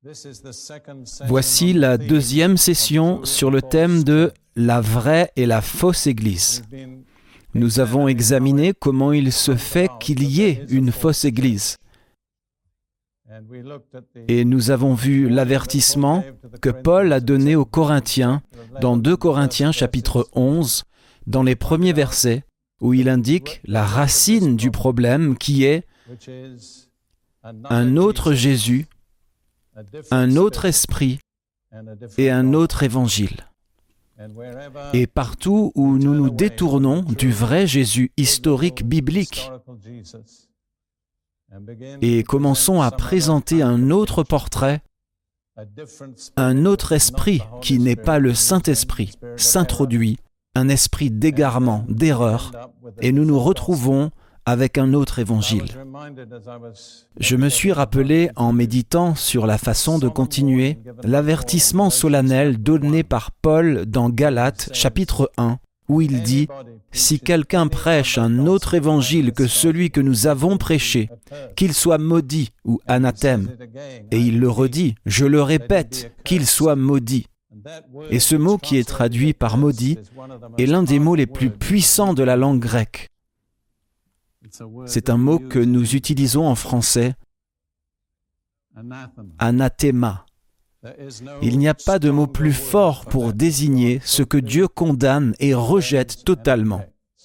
Voici la deuxième session sur le thème de la vraie et la fausse Église. Nous avons examiné comment il se fait qu'il y ait une fausse Église. Et nous avons vu l'avertissement que Paul a donné aux Corinthiens dans 2 Corinthiens chapitre 11, dans les premiers versets, où il indique la racine du problème qui est un autre Jésus, un autre esprit et un autre évangile. Et partout où nous nous détournons du vrai Jésus historique biblique et commençons à présenter un autre portrait, un autre esprit qui n'est pas le Saint-Esprit s'introduit, un esprit d'égarement, d'erreur, et nous nous retrouvons avec un autre évangile. Je me suis rappelé, en méditant sur la façon de continuer, l'avertissement solennel donné par Paul dans Galates, chapitre 1, où il dit « Si quelqu'un prêche un autre évangile que celui que nous avons prêché, qu'il soit maudit ou anathème. » Et il le redit, je le répète, qu'il soit maudit. Et ce mot qui est traduit par maudit est l'un des mots les plus puissants de la langue grecque. C'est un mot que nous utilisons en français, anathema. Il n'y a pas de mot plus fort pour désigner ce que Dieu condamne et rejette totalement.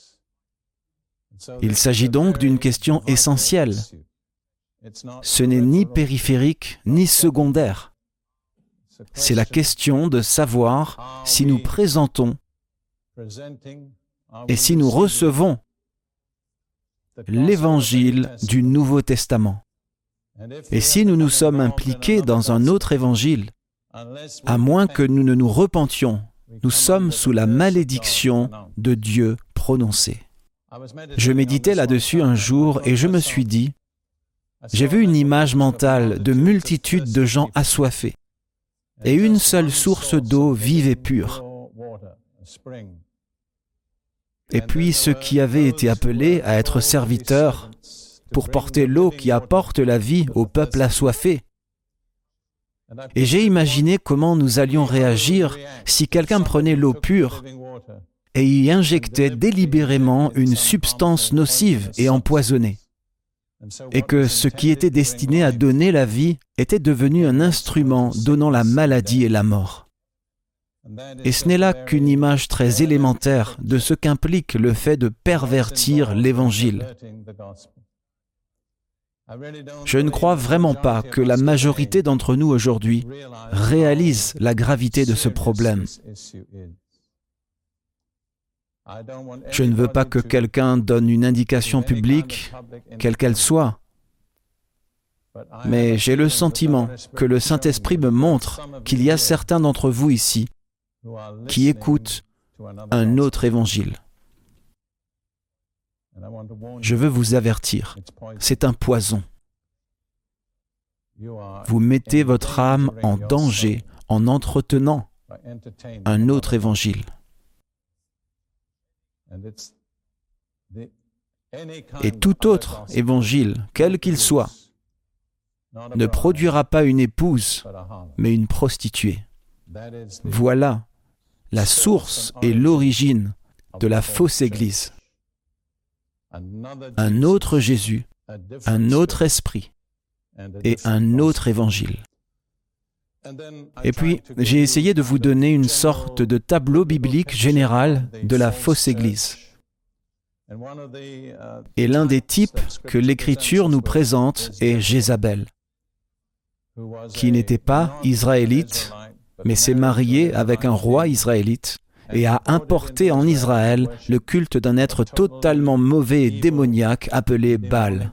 Il s'agit donc d'une question essentielle. Ce n'est ni périphérique ni secondaire. C'est la question de savoir si nous présentons et si nous recevons l'Évangile du Nouveau Testament. Et si nous nous sommes impliqués dans un autre évangile, à moins que nous ne nous repentions, nous sommes sous la malédiction de Dieu prononcée. Je méditais là-dessus un jour et je me suis dit, j'ai vu une image mentale de multitudes de gens assoiffés et une seule source d'eau vive et pure. Et puis ceux qui avaient été appelés à être serviteurs pour porter l'eau qui apporte la vie au peuple assoiffé. Et j'ai imaginé comment nous allions réagir si quelqu'un prenait l'eau pure et y injectait délibérément une substance nocive et empoisonnée, et que ce qui était destiné à donner la vie était devenu un instrument donnant la maladie et la mort. Et ce n'est là qu'une image très élémentaire de ce qu'implique le fait de pervertir l'Évangile. Je ne crois vraiment pas que la majorité d'entre nous aujourd'hui réalise la gravité de ce problème. Je ne veux pas que quelqu'un donne une indication publique, quelle qu'elle soit, mais j'ai le sentiment que le Saint-Esprit me montre qu'il y a certains d'entre vous ici qui écoutent un autre évangile. Je veux vous avertir, c'est un poison. Vous mettez votre âme en danger en entretenant un autre évangile. Et tout autre évangile, quel qu'il soit, ne produira pas une épouse, mais une prostituée. Voilà la source et l'origine de la fausse Église. Un autre Jésus, un autre esprit et un autre évangile. Et puis, j'ai essayé de vous donner une sorte de tableau biblique général de la fausse Église. Et l'un des types que l'Écriture nous présente est Jézabel, qui n'était pas israélite, mais s'est mariée avec un roi israélite et a importé en Israël le culte d'un être totalement mauvais et démoniaque appelé Baal.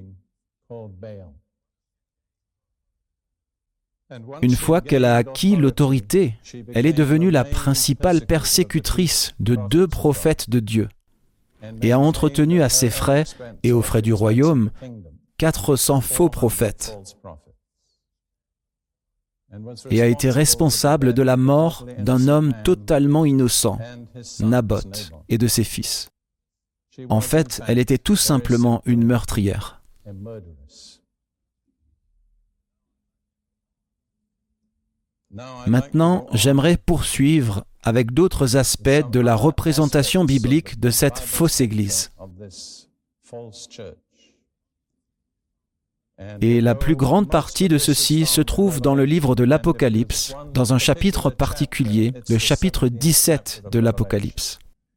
Une fois qu'elle a acquis l'autorité, elle est devenue la principale persécutrice de 2 prophètes de Dieu et a entretenu à ses frais et aux frais du royaume 400 faux prophètes et a été responsable de la mort d'un homme totalement innocent, Naboth, et de ses fils. En fait, elle était tout simplement une meurtrière. Maintenant, j'aimerais poursuivre avec d'autres aspects de la représentation biblique de cette fausse Église. Et la plus grande partie de ceci se trouve dans le livre de l'Apocalypse, dans un chapitre particulier, le chapitre 17 de l'Apocalypse,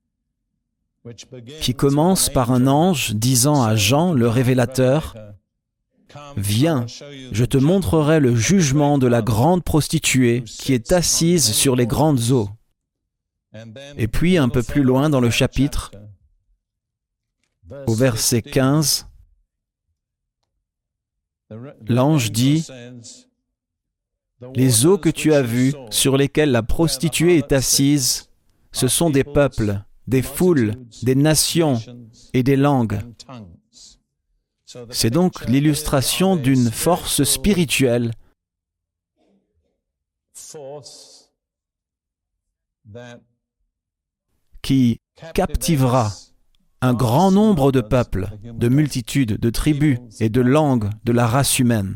qui commence par un ange disant à Jean, le révélateur, « Viens, je te montrerai le jugement de la grande prostituée qui est assise sur les grandes eaux. » Et puis, un peu plus loin dans le chapitre, au verset 15, l'ange dit, « Les eaux que tu as vues, sur lesquelles la prostituée est assise, ce sont des peuples, des foules, des nations et des langues. » C'est donc l'illustration d'une force spirituelle qui captivera un grand nombre de peuples, de multitudes, de tribus et de langues de la race humaine.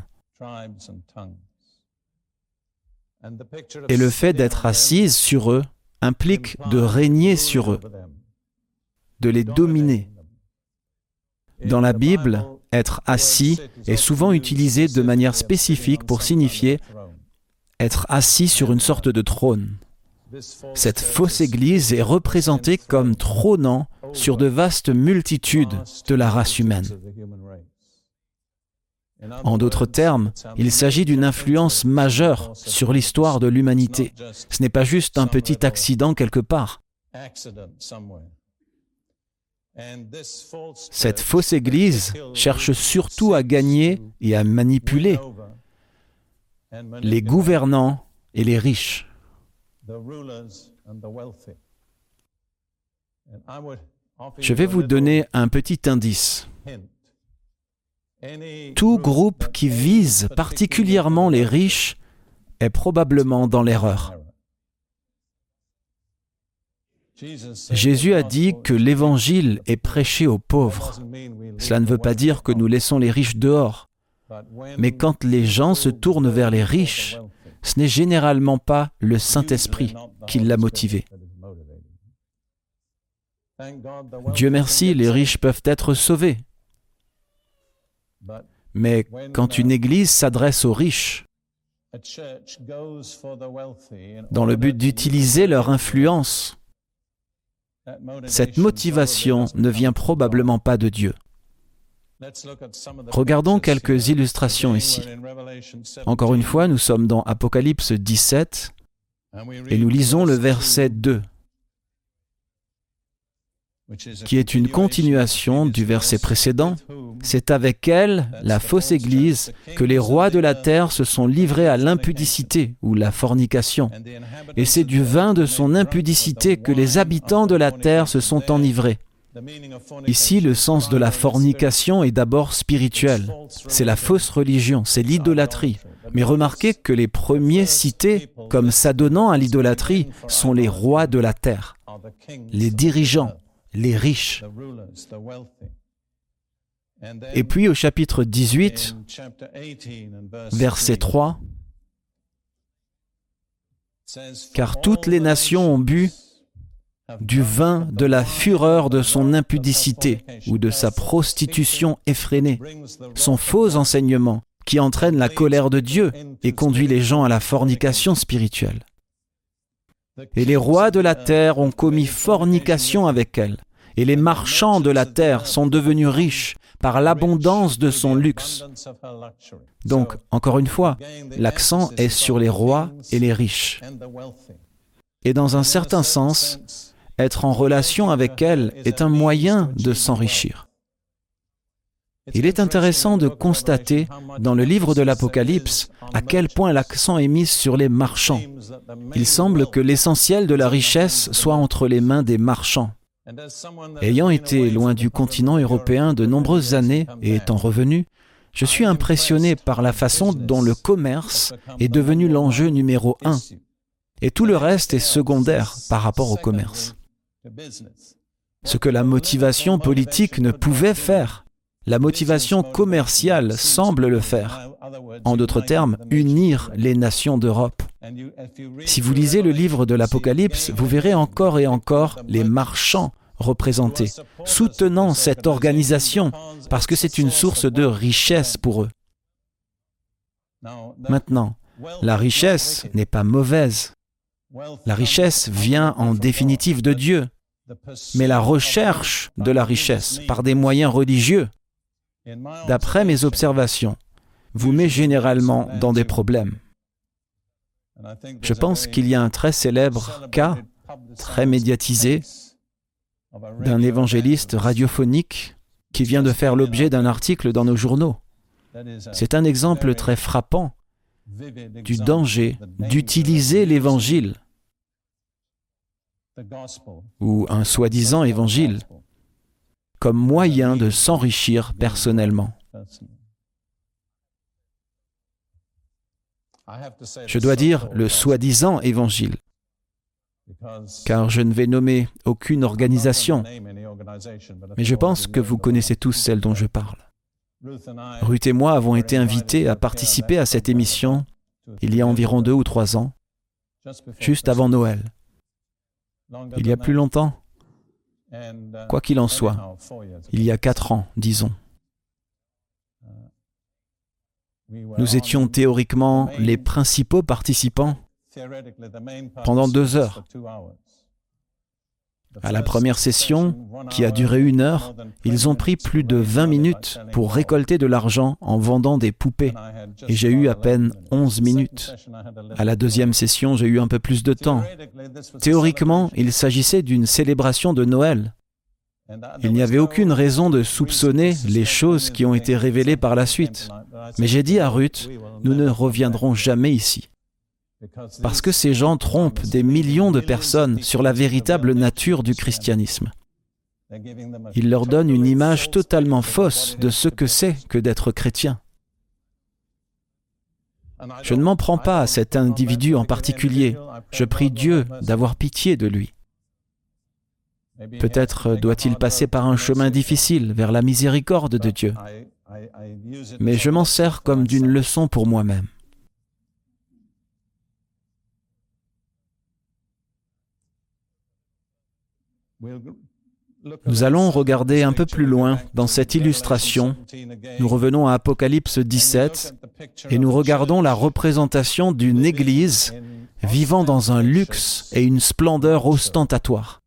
Et le fait d'être assise sur eux implique de régner sur eux, de les dominer. Dans la Bible, être assis est souvent utilisé de manière spécifique pour signifier être assis sur une sorte de trône. Cette fausse Église est représentée comme trônant sur de vastes multitudes de la race humaine. En d'autres termes, il s'agit d'une influence majeure sur l'histoire de l'humanité. Ce n'est pas juste un petit accident quelque part. Cette fausse Église cherche surtout à gagner et à manipuler les gouvernants et les riches. Je vais vous donner un petit indice. Tout groupe qui vise particulièrement les riches est probablement dans l'erreur. Jésus a dit que l'Évangile est prêché aux pauvres. Cela ne veut pas dire que nous laissons les riches dehors. Mais quand les gens se tournent vers les riches, ce n'est généralement pas le Saint-Esprit qui l'a motivé. Dieu merci, les riches peuvent être sauvés. Mais quand une Église s'adresse aux riches, dans le but d'utiliser leur influence, cette motivation ne vient probablement pas de Dieu. Regardons quelques illustrations ici. Encore une fois, nous sommes dans Apocalypse 17 et nous lisons le verset 2, qui est une continuation du verset précédent. C'est avec elle, la fausse Église, que les rois de la terre se sont livrés à l'impudicité ou la fornication. Et c'est du vin de son impudicité que les habitants de la terre se sont enivrés. Ici, le sens de la fornication est d'abord spirituel. C'est la fausse religion, c'est l'idolâtrie. Mais remarquez que les premiers cités comme s'adonnant à l'idolâtrie sont les rois de la terre, les dirigeants, les riches. Et puis au chapitre 18, verset 3, « Car toutes les nations ont bu du vin de la fureur de son impudicité ou de sa prostitution effrénée, son faux enseignement qui entraîne la colère de Dieu et conduit les gens à la fornication spirituelle. Et les rois de la terre ont commis fornication avec elle, et les marchands de la terre sont devenus riches par l'abondance de son luxe. » Donc, encore une fois, l'accent est sur les rois et les riches. Et dans un certain sens, être en relation avec elle est un moyen de s'enrichir. Il est intéressant de constater dans le livre de l'Apocalypse à quel point l'accent est mis sur les marchands. Il semble que l'essentiel de la richesse soit entre les mains des marchands. Ayant été loin du continent européen de nombreuses années et étant revenu, je suis impressionné par la façon dont le commerce est devenu l'enjeu numéro 1. Et tout le reste est secondaire par rapport au commerce. Ce que la motivation politique ne pouvait faire, la motivation commerciale semble le faire. En d'autres termes, unir les nations d'Europe. Si vous lisez le livre de l'Apocalypse, vous verrez encore et encore les marchands représentés, soutenant cette organisation, parce que c'est une source de richesse pour eux. Maintenant, la richesse n'est pas mauvaise. La richesse vient en définitive de Dieu, mais la recherche de la richesse par des moyens religieux, d'après mes observations, vous met généralement dans des problèmes. Je pense qu'il y a un très célèbre cas, très médiatisé, d'un évangéliste radiophonique qui vient de faire l'objet d'un article dans nos journaux. C'est un exemple très frappant du danger d'utiliser l'Évangile ou un soi-disant Évangile comme moyen de s'enrichir personnellement. Je dois dire le soi-disant Évangile, car je ne vais nommer aucune organisation, mais je pense que vous connaissez tous celle dont je parle. Ruth et moi avons été invités à participer à cette émission il y a environ 2 ou 3 ans, juste avant Noël. Il y a plus longtemps, quoi qu'il en soit, il y a 4 ans, disons. Nous étions théoriquement les principaux participants pendant 2 heures. À la première session, qui a duré 1 heure, ils ont pris plus de 20 minutes pour récolter de l'argent en vendant des poupées. Et j'ai eu à peine 11 minutes. À la deuxième session, j'ai eu un peu plus de temps. Théoriquement, il s'agissait d'une célébration de Noël. Il n'y avait aucune raison de soupçonner les choses qui ont été révélées par la suite. Mais j'ai dit à Ruth, nous ne reviendrons jamais ici. Parce que ces gens trompent des millions de personnes sur la véritable nature du christianisme. Ils leur donnent une image totalement fausse de ce que c'est que d'être chrétien. Je ne m'en prends pas à cet individu en particulier. Je prie Dieu d'avoir pitié de lui. Peut-être doit-il passer par un chemin difficile vers la miséricorde de Dieu. Mais je m'en sers comme d'une leçon pour moi-même. Nous allons regarder un peu plus loin dans cette illustration. Nous revenons à Apocalypse 17 et nous regardons la représentation d'une église vivant dans un luxe et une splendeur ostentatoire.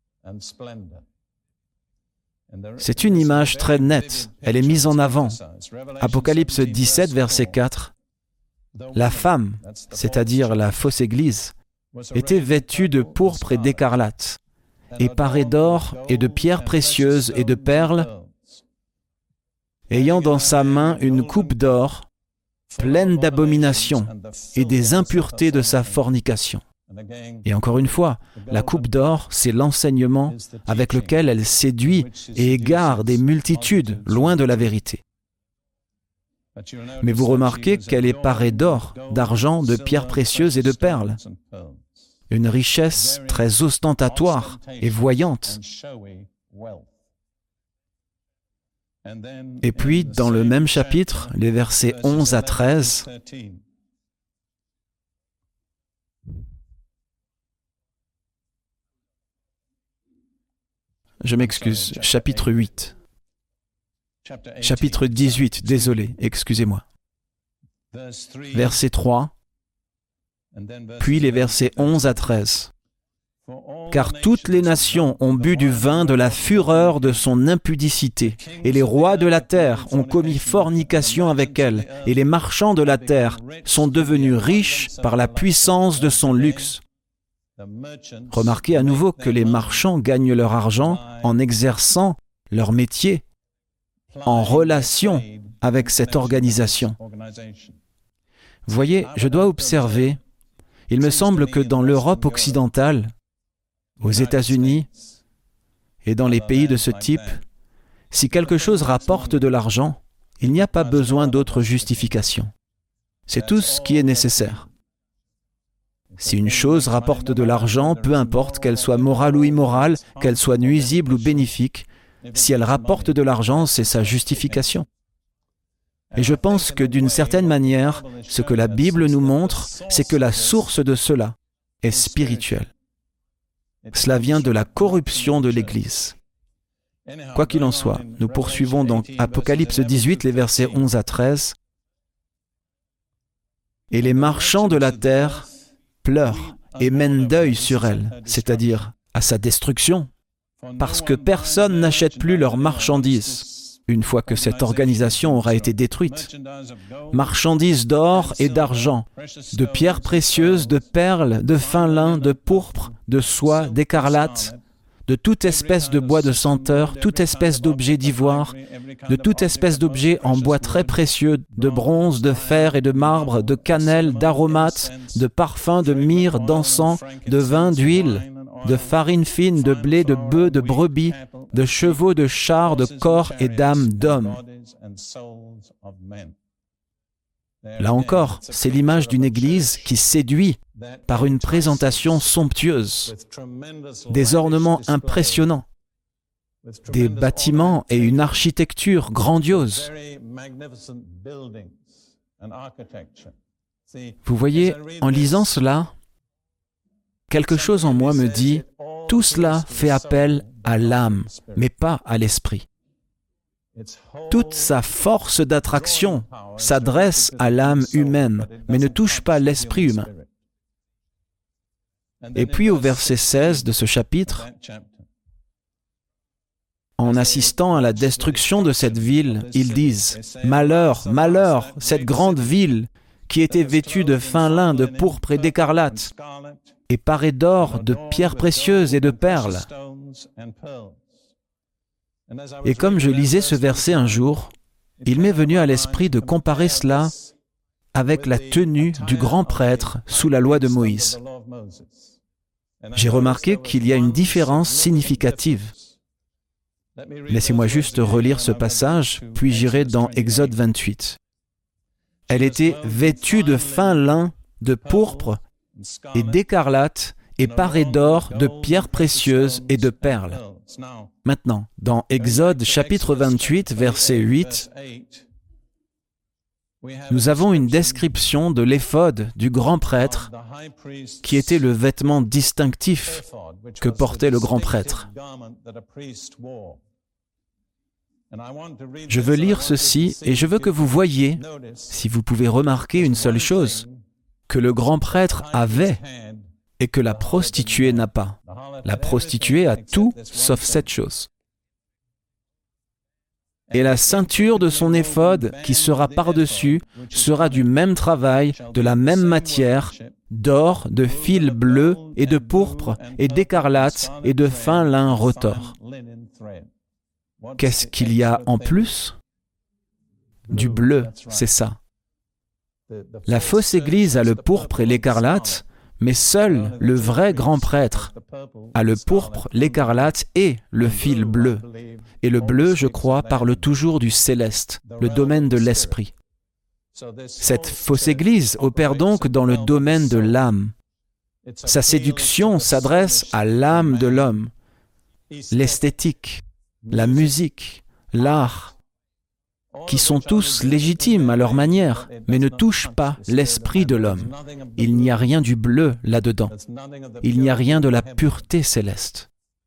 C'est une image très nette, elle est mise en avant. Apocalypse 17, verset 4. La femme, c'est-à-dire la fausse église, était vêtue de pourpre et d'écarlate, et parée d'or et de pierres précieuses et de perles, ayant dans sa main une coupe d'or pleine d'abominations et des impuretés de sa fornication. Et encore une fois, la coupe d'or, c'est l'enseignement avec lequel elle séduit et égare des multitudes loin de la vérité. Mais vous remarquez qu'elle est parée d'or, d'argent, de pierres précieuses et de perles. Une richesse très ostentatoire et voyante. Et puis, dans le même chapitre, les versets 11 à 13, je m'excuse, chapitre 8. Chapitre 18, désolé, excusez-moi. Verset 3, puis les versets 11 à 13. Car toutes les nations ont bu du vin de la fureur de son impudicité, et les rois de la terre ont commis fornication avec elle, et les marchands de la terre sont devenus riches par la puissance de son luxe. Remarquez à nouveau que les marchands gagnent leur argent en exerçant leur métier, en relation avec cette organisation. Voyez, je dois observer, il me semble que dans l'Europe occidentale, aux États-Unis et dans les pays de ce type, si quelque chose rapporte de l'argent, il n'y a pas besoin d'autre justification. C'est tout ce qui est nécessaire. Si une chose rapporte de l'argent, peu importe qu'elle soit morale ou immorale, qu'elle soit nuisible ou bénéfique, si elle rapporte de l'argent, c'est sa justification. Et je pense que d'une certaine manière, ce que la Bible nous montre, c'est que la source de cela est spirituelle. Cela vient de la corruption de l'Église. Quoi qu'il en soit, nous poursuivons donc Apocalypse 18, les versets 11 à 13. « Et les marchands de la terre pleurent et mènent deuil sur elle, c'est-à-dire à sa destruction, parce que personne n'achète plus leurs marchandises, une fois que cette organisation aura été détruite. Marchandises d'or et d'argent, de pierres précieuses, de perles, de fin lin, de pourpre, de soie, d'écarlate, de toute espèce de bois de senteur, toute espèce d'objet d'ivoire, de toute espèce d'objet en bois très précieux, de bronze, de fer et de marbre, de cannelle, d'aromates, de parfums, de myrrhe, d'encens, de vin, d'huile, de farine fine, de blé, de bœufs, de brebis, de chevaux, de chars, de corps et d'âmes d'hommes. » Là encore, c'est l'image d'une église qui séduit par une présentation somptueuse, des ornements impressionnants, des bâtiments et une architecture grandiose. Vous voyez, en lisant cela, quelque chose en moi me dit, tout cela fait appel à l'âme, mais pas à l'esprit. Toute sa force d'attraction s'adresse à l'âme humaine, mais ne touche pas l'esprit humain. Et puis au verset 16 de ce chapitre, en assistant à la destruction de cette ville, ils disent « Malheur, malheur, cette grande ville qui était vêtue de fin lin, de pourpre et d'écarlate, et parée d'or, de pierres précieuses et de perles. » Et comme je lisais ce verset un jour, il m'est venu à l'esprit de comparer cela avec la tenue du grand prêtre sous la loi de Moïse. J'ai remarqué qu'il y a une différence significative. Laissez-moi juste relire ce passage, puis j'irai dans Exode 28. Elle était vêtue de fin lin, de pourpre et d'écarlate, et parée d'or, de pierres précieuses et de perles. Maintenant, dans Exode chapitre 28, verset 8, nous avons une description de l'éphod du grand prêtre qui était le vêtement distinctif que portait le grand prêtre. Je veux lire ceci et je veux que vous voyiez, si vous pouvez remarquer une seule chose, que le grand prêtre avait et que la prostituée n'a pas. La prostituée a tout sauf cette chose. Et la ceinture de son éphod qui sera par-dessus sera du même travail, de la même matière, d'or, de fil bleu et de pourpre et d'écarlate et de fin lin retors. Qu'est-ce qu'il y a en plus? Du bleu, c'est ça. La fausse église a le pourpre et l'écarlate, mais seul le vrai grand prêtre a le pourpre, l'écarlate et le fil bleu. Et le bleu, je crois, parle toujours du céleste, le domaine de l'esprit. Cette fausse église opère donc dans le domaine de l'âme. Sa séduction s'adresse à l'âme de l'homme, l'esthétique, la musique, l'art, qui sont tous légitimes à leur manière, mais ne touchent pas l'esprit de l'homme. Il n'y a rien du bleu là-dedans. Il n'y a rien de la pureté céleste.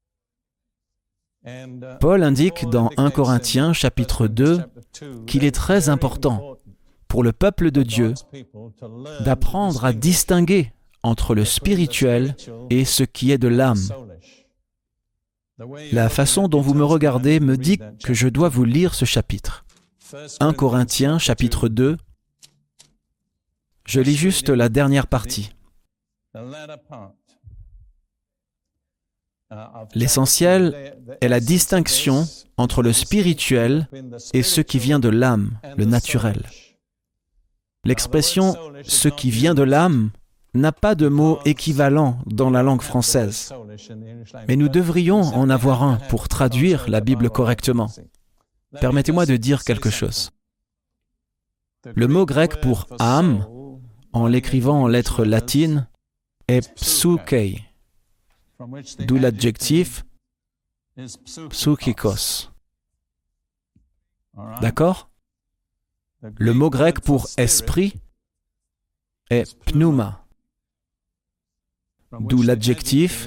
Paul indique dans 1 Corinthiens chapitre 2 qu'il est très important pour le peuple de Dieu d'apprendre à distinguer entre le spirituel et ce qui est de l'âme. La façon dont vous me regardez me dit que je dois vous lire ce chapitre. 1 Corinthiens, chapitre 2. Je lis juste la dernière partie. L'essentiel est la distinction entre le spirituel et ce qui vient de l'âme, le naturel. L'expression « ce qui vient de l'âme » n'a pas de mot équivalent dans la langue française, mais nous devrions en avoir un pour traduire la Bible correctement. Permettez-moi de dire quelque chose. Le mot grec pour « âme », en l'écrivant en lettres latines, est « psyche », d'où l'adjectif « psychikos ». D'accord? Le mot grec pour esprit est pneuma, d'où l'adjectif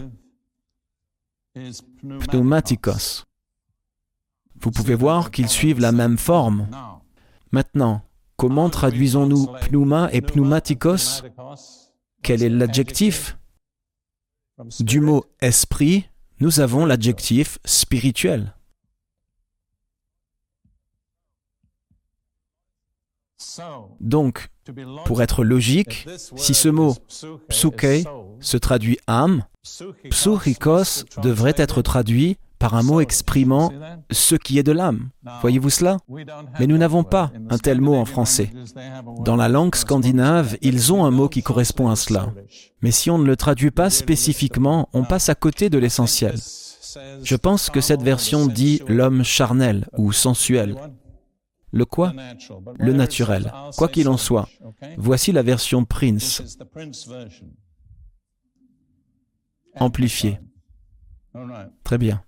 pneumatikos. Vous pouvez voir qu'ils suivent la même forme. Maintenant, comment traduisons-nous pneuma et pneumatikos? Quel est l'adjectif? Du mot esprit, nous avons l'adjectif spirituel. Donc, pour être logique, si ce mot psyché se traduit âme, psychikos devrait être traduit par un mot exprimant ce qui est de l'âme. Voyez-vous cela? Mais nous n'avons pas un tel mot en français. Dans la langue scandinave, ils ont un mot qui correspond à cela. Mais si on ne le traduit pas spécifiquement, on passe à côté de l'essentiel. Je pense que cette version dit l'homme charnel ou sensuel. Le quoi? Le naturel. Quoi qu'il en soit, voici la version Prince, amplifiée. Très bien.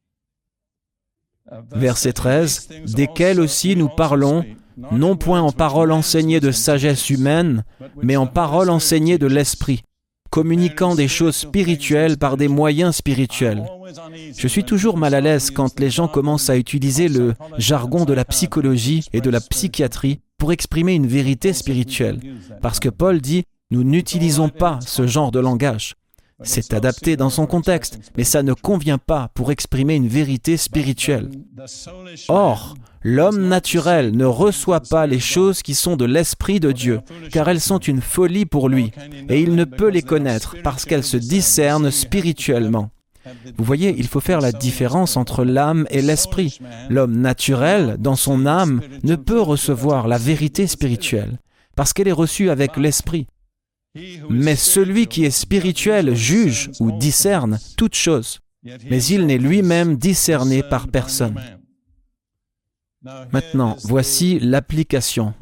Verset 13, « Desquels aussi nous parlons, non point en paroles enseignées de sagesse humaine, mais en paroles enseignées de l'Esprit, communiquant des choses spirituelles par des moyens spirituels. » Je suis toujours mal à l'aise quand les gens commencent à utiliser le jargon de la psychologie et de la psychiatrie pour exprimer une vérité spirituelle, parce que Paul dit « Nous n'utilisons pas ce genre de langage ». C'est adapté dans son contexte, mais ça ne convient pas pour exprimer une vérité spirituelle. Or, l'homme naturel ne reçoit pas les choses qui sont de l'Esprit de Dieu, car elles sont une folie pour lui, et il ne peut les connaître parce qu'elles se discernent spirituellement. Vous voyez, il faut faire la différence entre l'âme et l'esprit. L'homme naturel, dans son âme, ne peut recevoir la vérité spirituelle, parce qu'elle est reçue avec l'esprit. Mais celui qui est spirituel juge ou discerne toute chose, mais il n'est lui-même discerné par personne. Maintenant, voici l'application.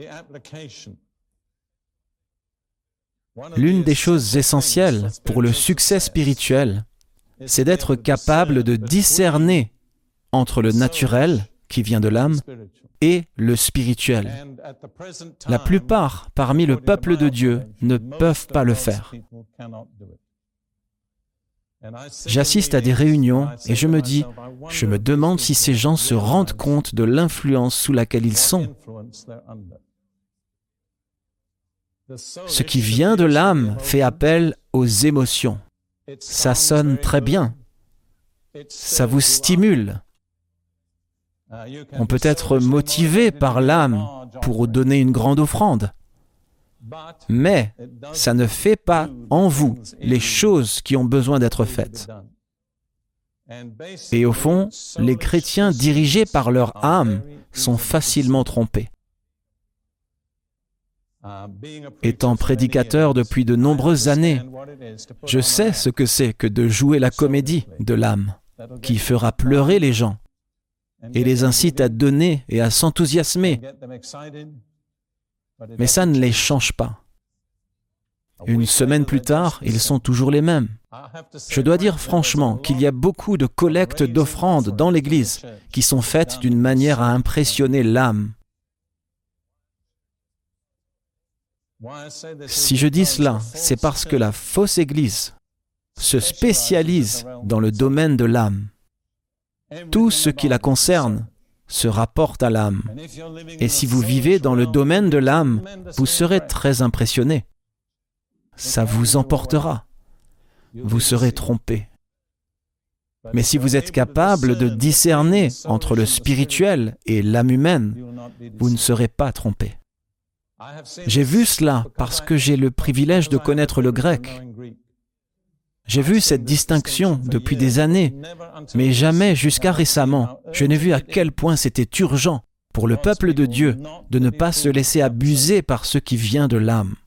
L'une des choses essentielles pour le succès spirituel, c'est d'être capable de discerner entre le naturel, qui vient de l'âme, et le spirituel. La plupart parmi le peuple de Dieu ne peuvent pas le faire. J'assiste à des réunions et je me demande si ces gens se rendent compte de l'influence sous laquelle ils sont. Ce qui vient de l'âme fait appel aux émotions. Ça sonne très bien. Ça vous stimule. On peut être motivé par l'âme pour donner une grande offrande. Mais ça ne fait pas en vous les choses qui ont besoin d'être faites. Et au fond, les chrétiens dirigés par leur âme sont facilement trompés. Étant prédicateur depuis de nombreuses années, je sais ce que c'est que de jouer la comédie de l'âme, qui fera pleurer les gens et les incite à donner et à s'enthousiasmer. Mais ça ne les change pas. Une semaine plus tard, ils sont toujours les mêmes. Je dois dire franchement qu'il y a beaucoup de collectes d'offrandes dans l'Église qui sont faites d'une manière à impressionner l'âme. Si je dis cela, c'est parce que la fausse Église se spécialise dans le domaine de l'âme. Tout ce qui la concerne se rapporte à l'âme. Et si vous vivez dans le domaine de l'âme, vous serez très impressionné. Ça vous emportera. Vous serez trompé. Mais si vous êtes capable de discerner entre le spirituel et l'âme humaine, vous ne serez pas trompé. J'ai vu cela parce que j'ai le privilège de connaître le grec. J'ai vu cette distinction depuis des années, mais jamais jusqu'à récemment, je n'ai vu à quel point c'était urgent pour le peuple de Dieu de ne pas se laisser abuser par ce qui vient de l'âme.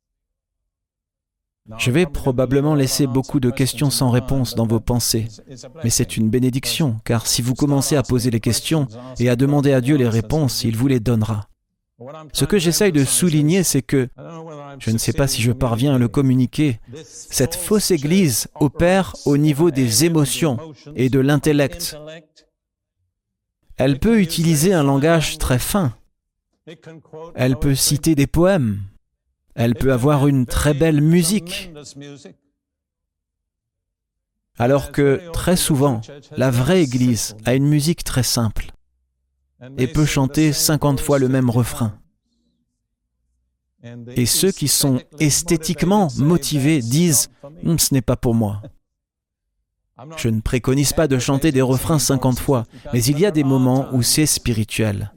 Je vais probablement laisser beaucoup de questions sans réponse dans vos pensées, mais c'est une bénédiction, car si vous commencez à poser les questions et à demander à Dieu les réponses, il vous les donnera. Ce que j'essaye de souligner, c'est que, je ne sais pas si je parviens à le communiquer, cette fausse Église opère au niveau des émotions et de l'intellect. Elle peut utiliser un langage très fin, Elle peut citer des poèmes. Elle peut avoir une très belle musique. Alors que, très souvent, la vraie Église a une musique très simple et peut chanter 50 fois le même refrain. Et ceux qui sont esthétiquement motivés disent « ce n'est pas pour moi ». Je ne préconise pas de chanter des refrains 50 fois, mais il y a des moments où c'est spirituel.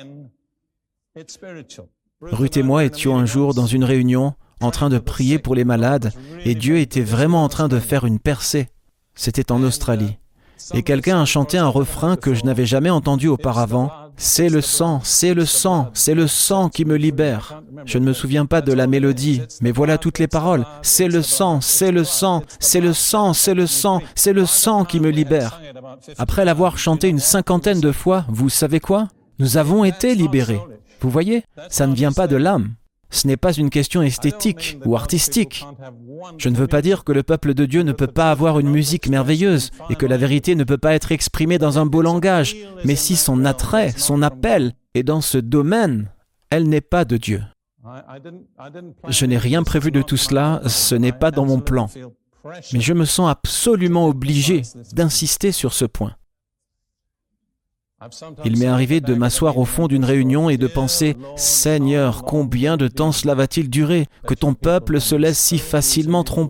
Ruth et moi étions un jour dans une réunion en train de prier pour les malades et Dieu était vraiment en train de faire une percée. C'était en Australie. Et quelqu'un a chanté un refrain que je n'avais jamais entendu auparavant. « C'est le sang, c'est le sang, c'est le sang qui me libère ». Je ne me souviens pas de la mélodie, mais voilà toutes les paroles. « C'est le sang, c'est le sang, c'est le sang, c'est le sang, c'est le sang qui me libère ». Après l'avoir chanté une 50aine de fois, vous savez quoi? Nous avons été libérés. Vous voyez, ça ne vient pas de l'âme. Ce n'est pas une question esthétique ou artistique. Je ne veux pas dire que le peuple de Dieu ne peut pas avoir une musique merveilleuse et que la vérité ne peut pas être exprimée dans un beau langage, mais si son attrait, son appel est dans ce domaine, elle n'est pas de Dieu. Je n'ai rien prévu de tout cela, ce n'est pas dans mon plan. Mais je me sens absolument obligé d'insister sur ce point. Il m'est arrivé de m'asseoir au fond d'une réunion et de penser « Seigneur, combien de temps cela va-t-il durer, que ton peuple se laisse si facilement tromper ?»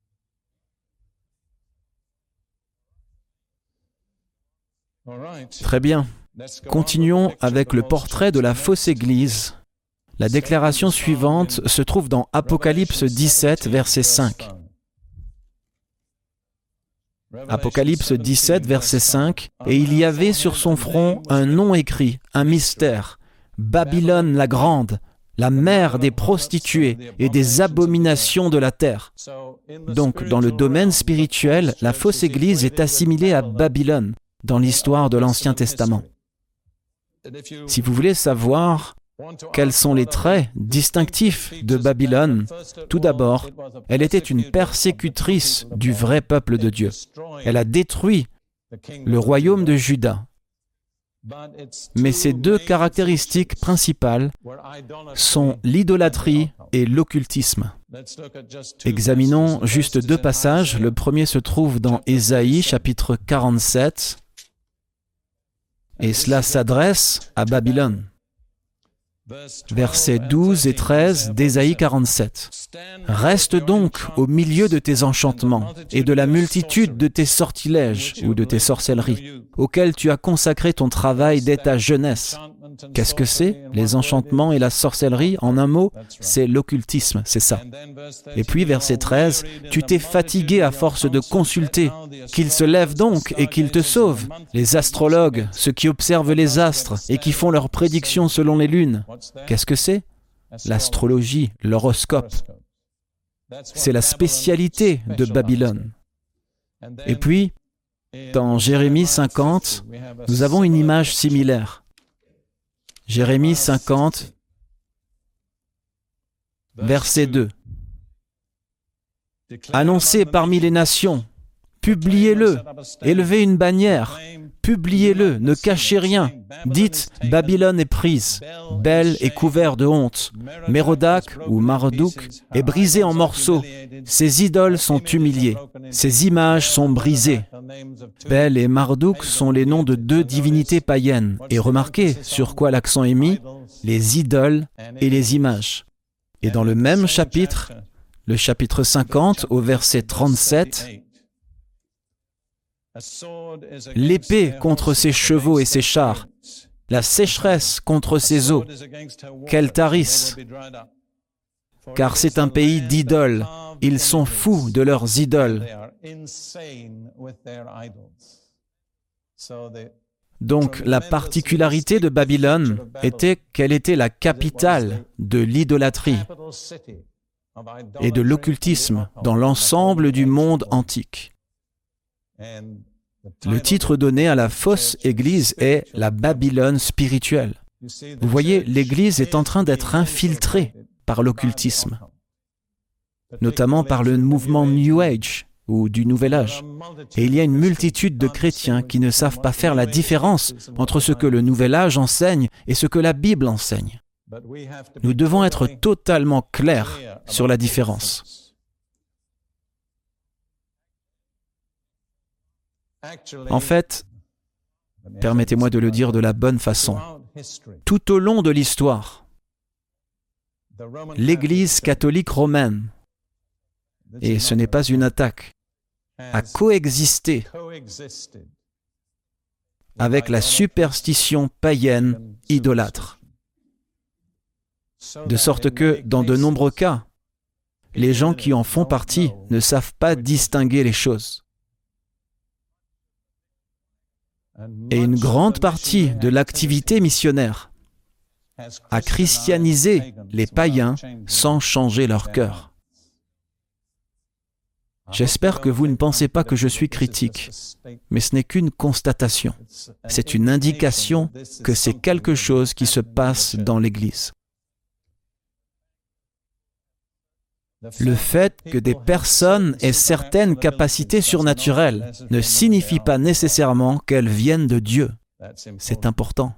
Très bien. Continuons avec le portrait de la fausse Église. La déclaration suivante se trouve dans Apocalypse 17, verset 5. Apocalypse 17, verset 5, « Et il y avait sur son front un nom écrit, un mystère, Babylone la grande, la mère des prostituées et des abominations de la terre. » Donc, dans le domaine spirituel, la fausse Église est assimilée à Babylone dans l'histoire de l'Ancien Testament. Si vous voulez savoir quels sont les traits distinctifs de Babylone, tout d'abord, elle était une persécutrice du vrai peuple de Dieu. Elle a détruit le royaume de Juda. Mais ces deux caractéristiques principales sont l'idolâtrie et l'occultisme. Examinons juste deux passages. Le premier se trouve dans Ésaïe, chapitre 47, et cela s'adresse à Babylone. Versets 12 et 13 d'Ésaïe 47. « Reste donc au milieu de tes enchantements et de la multitude de tes sortilèges ou de tes sorcelleries, auxquels tu as consacré ton travail dès ta jeunesse. » Qu'est-ce que c'est? Les enchantements et la sorcellerie, en un mot, c'est l'occultisme, c'est ça. Et puis, verset 13, « Tu t'es fatigué à force de consulter, qu'il se lève donc et qu'il te sauve. Les astrologues, ceux qui observent les astres et qui font leurs prédictions selon les lunes. » Qu'est-ce que c'est? L'astrologie, l'horoscope. C'est la spécialité de Babylone. Et puis, dans Jérémie 50, nous avons une image similaire. Jérémie 50, verset 2. « Annoncez parmi les nations, publiez-le, élevez une bannière, publiez-le, ne cachez rien. Dites, Babylone est prise, Bel est couvert de honte. Mérodach ou Marduk est brisé en morceaux. Ses idoles sont humiliées, ses images sont brisées. » Bel et Marduk sont les noms de deux divinités païennes. Et remarquez sur quoi l'accent est mis, les idoles et les images. Et dans le même chapitre, le chapitre 50 au verset 37, « L'épée contre ses chevaux et ses chars, la sécheresse contre ses eaux, quel Taris, car c'est un pays d'idoles, ils sont fous de leurs idoles. » Donc, la particularité de Babylone était qu'elle était la capitale de l'idolâtrie et de l'occultisme dans l'ensemble du monde antique. Le titre donné à la fausse Église est la Babylone spirituelle. Vous voyez, l'Église est en train d'être infiltrée par l'occultisme, notamment par le mouvement New Age ou du Nouvel Âge. Et il y a une multitude de chrétiens qui ne savent pas faire la différence entre ce que le Nouvel Âge enseigne et ce que la Bible enseigne. Nous devons être totalement clairs sur la différence. En fait, permettez-moi de le dire de la bonne façon, tout au long de l'histoire, l'Église catholique romaine, et ce n'est pas une attaque, a coexisté avec la superstition païenne idolâtre. De sorte que, dans de nombreux cas, les gens qui en font partie ne savent pas distinguer les choses. Et une grande partie de l'activité missionnaire a christianisé les païens sans changer leur cœur. J'espère que vous ne pensez pas que je suis critique, mais ce n'est qu'une constatation. C'est une indication que c'est quelque chose qui se passe dans l'Église. Le fait que des personnes aient certaines capacités surnaturelles ne signifie pas nécessairement qu'elles viennent de Dieu. C'est important.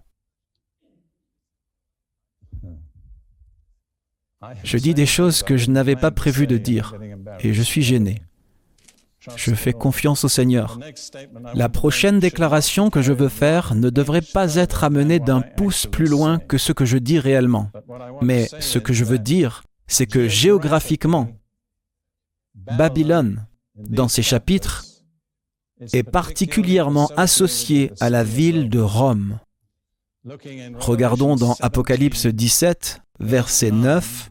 Je dis des choses que je n'avais pas prévu de dire, et je suis gêné. Je fais confiance au Seigneur. La prochaine déclaration que je veux faire ne devrait pas être amenée d'un pouce plus loin que ce que je dis réellement. Mais ce que je veux dire, c'est que géographiquement, Babylone, dans ces chapitres, est particulièrement associée à la ville de Rome. Regardons dans Apocalypse 17, verset 9.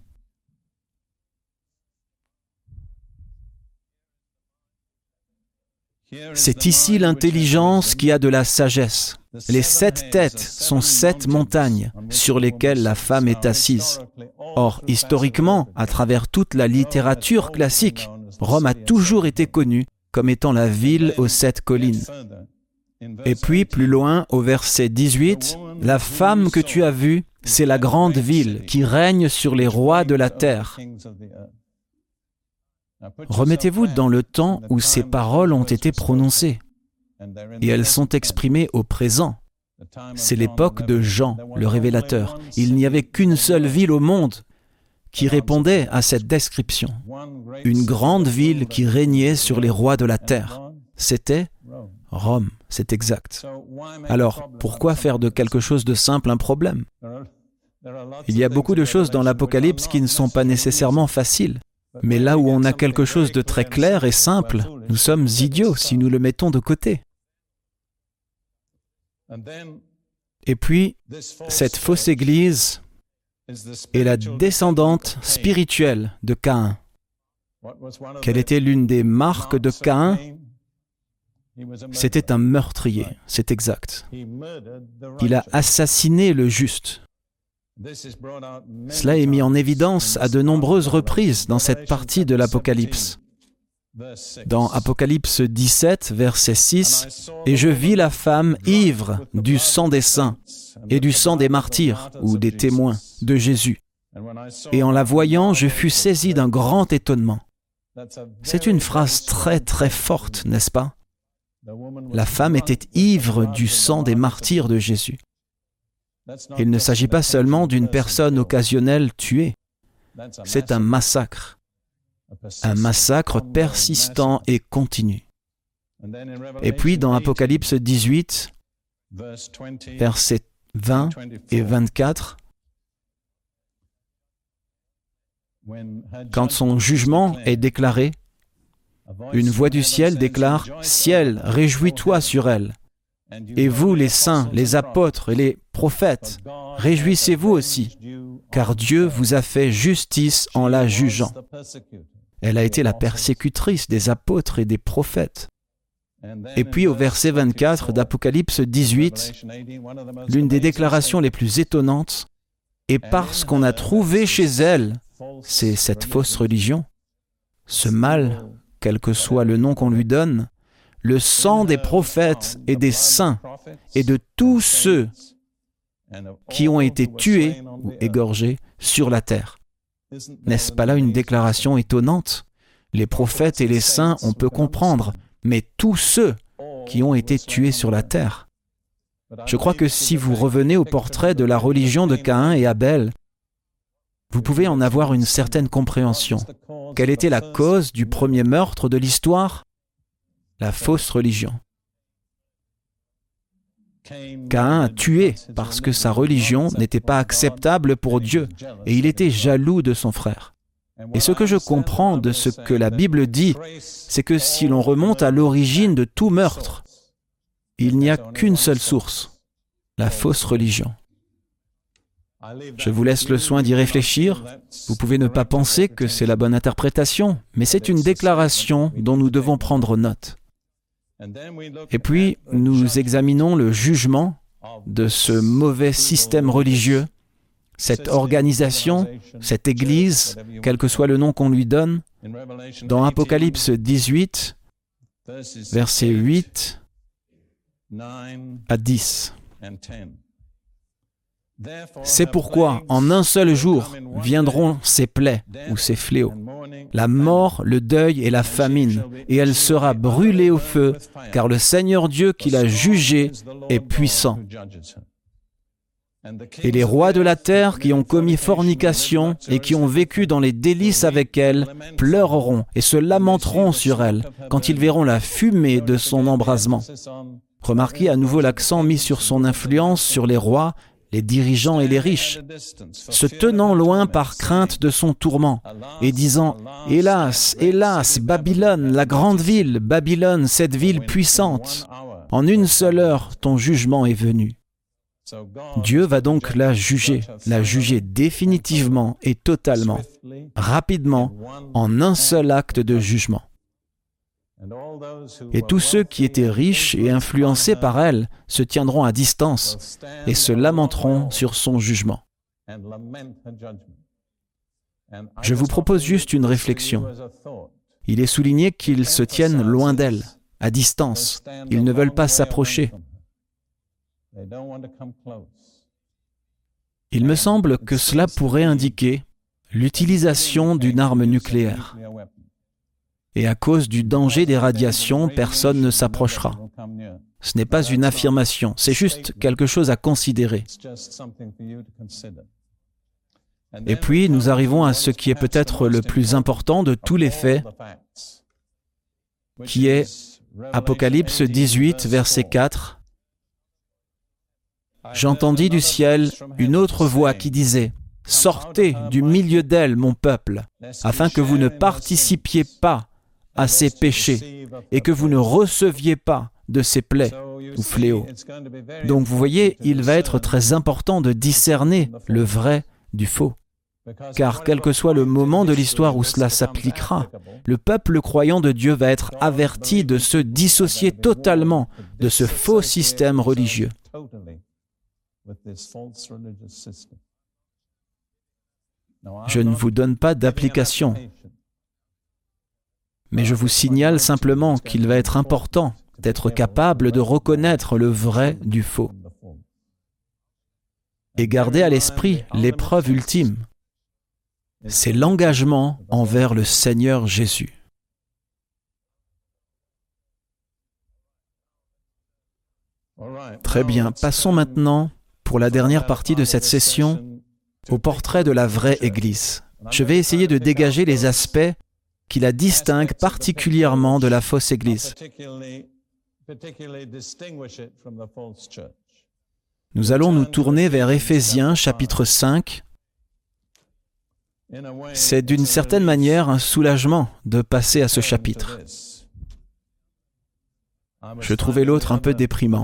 C'est ici l'intelligence qui a de la sagesse. Les 7 têtes sont 7 montagnes sur lesquelles la femme est assise. Or, historiquement, à travers toute la littérature classique, Rome a toujours été connue comme étant la ville aux 7 collines. Et puis, plus loin, au verset 18, « La femme que tu as vue, c'est la grande ville qui règne sur les rois de la terre. » Remettez-vous dans le temps où ces paroles ont été prononcées, et elles sont exprimées au présent. C'est l'époque de Jean, le révélateur. Il n'y avait qu'une seule ville au monde qui répondait à cette description. Une grande ville qui régnait sur les rois de la terre. C'était Rome, c'est exact. Alors, pourquoi faire de quelque chose de simple un problème? Il y a beaucoup de choses dans l'Apocalypse qui ne sont pas nécessairement faciles. Mais là où on a quelque chose de très clair et simple, nous sommes idiots si nous le mettons de côté. Et puis, cette fausse église est la descendante spirituelle de Caïn. Quelle était l'une des marques de Caïn? C'était un meurtrier, c'est exact. Il a assassiné le juste. Cela est mis en évidence à de nombreuses reprises dans cette partie de l'Apocalypse. Dans Apocalypse 17, verset 6, « Et je vis la femme ivre du sang des saints et du sang des martyrs, ou des témoins, de Jésus. Et en la voyant, je fus saisi d'un grand étonnement. » C'est une phrase très très forte, n'est-ce pas? La femme était ivre du sang des martyrs de Jésus. Il ne s'agit pas seulement d'une personne occasionnelle tuée. C'est un massacre persistant et continu. Et puis dans Apocalypse 18, versets 20 et 24, quand son jugement est déclaré, une voix du ciel déclare « Ciel, réjouis-toi sur elle !» Et vous, les saints, les apôtres et les prophètes, réjouissez-vous aussi, car Dieu vous a fait justice en la jugeant. Elle a été la persécutrice des apôtres et des prophètes. Et puis au verset 24 d'Apocalypse 18, l'une des déclarations les plus étonnantes, « Et parce qu'on a trouvé chez elle, c'est cette fausse religion, ce mal, quel que soit le nom qu'on lui donne, le sang des prophètes et des saints et de tous ceux qui ont été tués ou égorgés sur la terre. » N'est-ce pas là une déclaration étonnante? Les prophètes et les saints, on peut comprendre, mais tous ceux qui ont été tués sur la terre. Je crois que si vous revenez au portrait de la religion de Caïn et Abel, vous pouvez en avoir une certaine compréhension. Quelle était la cause du premier meurtre de l'histoire? La fausse religion. Caïn a tué parce que sa religion n'était pas acceptable pour Dieu et il était jaloux de son frère. Et ce que je comprends de ce que la Bible dit, c'est que si l'on remonte à l'origine de tout meurtre, il n'y a qu'une seule source, la fausse religion. Je vous laisse le soin d'y réfléchir. Vous pouvez ne pas penser que c'est la bonne interprétation, mais c'est une déclaration dont nous devons prendre note. Et puis, nous examinons le jugement de ce mauvais système religieux, cette organisation, cette Église, quel que soit le nom qu'on lui donne, dans Apocalypse 18, versets 8 à 10. C'est pourquoi, en un seul jour, viendront ces plaies ou ces fléaux, la mort, le deuil et la famine, et elle sera brûlée au feu, car le Seigneur Dieu qui l'a jugée est puissant. Et les rois de la terre qui ont commis fornication et qui ont vécu dans les délices avec elle pleureront et se lamenteront sur elle quand ils verront la fumée de son embrasement. Remarquez à nouveau l'accent mis sur son influence sur les rois, les dirigeants et les riches, se tenant loin par crainte de son tourment, et disant « Hélas, hélas, Babylone, la grande ville, Babylone, cette ville puissante, en une seule heure, ton jugement est venu. » Dieu va donc la juger définitivement et totalement, rapidement, en un seul acte de jugement. Et tous ceux qui étaient riches et influencés par elle se tiendront à distance et se lamenteront sur son jugement. Je vous propose juste une réflexion. Il est souligné qu'ils se tiennent loin d'elle, à distance. Ils ne veulent pas s'approcher. Il me semble que cela pourrait indiquer l'utilisation d'une arme nucléaire. Et à cause du danger des radiations, personne ne s'approchera. Ce n'est pas une affirmation, c'est juste quelque chose à considérer. Et puis, nous arrivons à ce qui est peut-être le plus important de tous les faits, qui est Apocalypse 18, verset 4. « J'entendis du ciel une autre voix qui disait « Sortez du milieu d'elle, mon peuple, afin que vous ne participiez pas à ses péchés et que vous ne receviez pas de ses plaies ou fléaux. » Donc vous voyez, il va être très important de discerner le vrai du faux. Car quel que soit le moment de l'histoire où cela s'appliquera, le peuple croyant de Dieu va être averti de se dissocier totalement de ce faux système religieux. Je ne vous donne pas d'application, mais je vous signale simplement qu'il va être important d'être capable de reconnaître le vrai du faux. Et gardez à l'esprit l'épreuve ultime. C'est l'engagement envers le Seigneur Jésus. Très bien, passons maintenant, pour la dernière partie de cette session, au portrait de la vraie Église. Je vais essayer de dégager les aspects qui la distinguent particulièrement de la fausse Église. Nous allons nous tourner vers Éphésiens, chapitre 5. C'est d'une certaine manière un soulagement de passer à ce chapitre. Je trouvais l'autre un peu déprimant.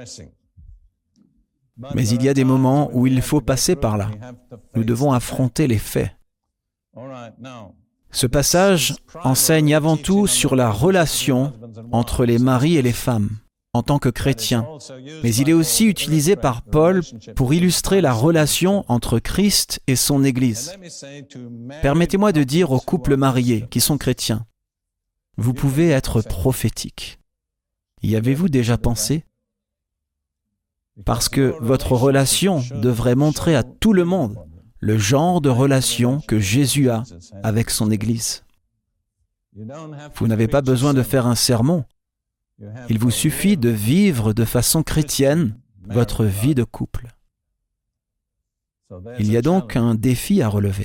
Mais il y a des moments où il faut passer par là. Nous devons affronter les faits. Ce passage enseigne avant tout sur la relation entre les maris et les femmes, en tant que chrétiens. Mais il est aussi utilisé par Paul pour illustrer la relation entre Christ et son Église. Permettez-moi de dire aux couples mariés qui sont chrétiens, vous pouvez être prophétiques. Y avez-vous déjà pensé ? Parce que votre relation devrait montrer à tout le monde le genre de relation que Jésus a avec son Église. Vous n'avez pas besoin de faire un sermon. Il vous suffit de vivre de façon chrétienne votre vie de couple. Il y a donc un défi à relever.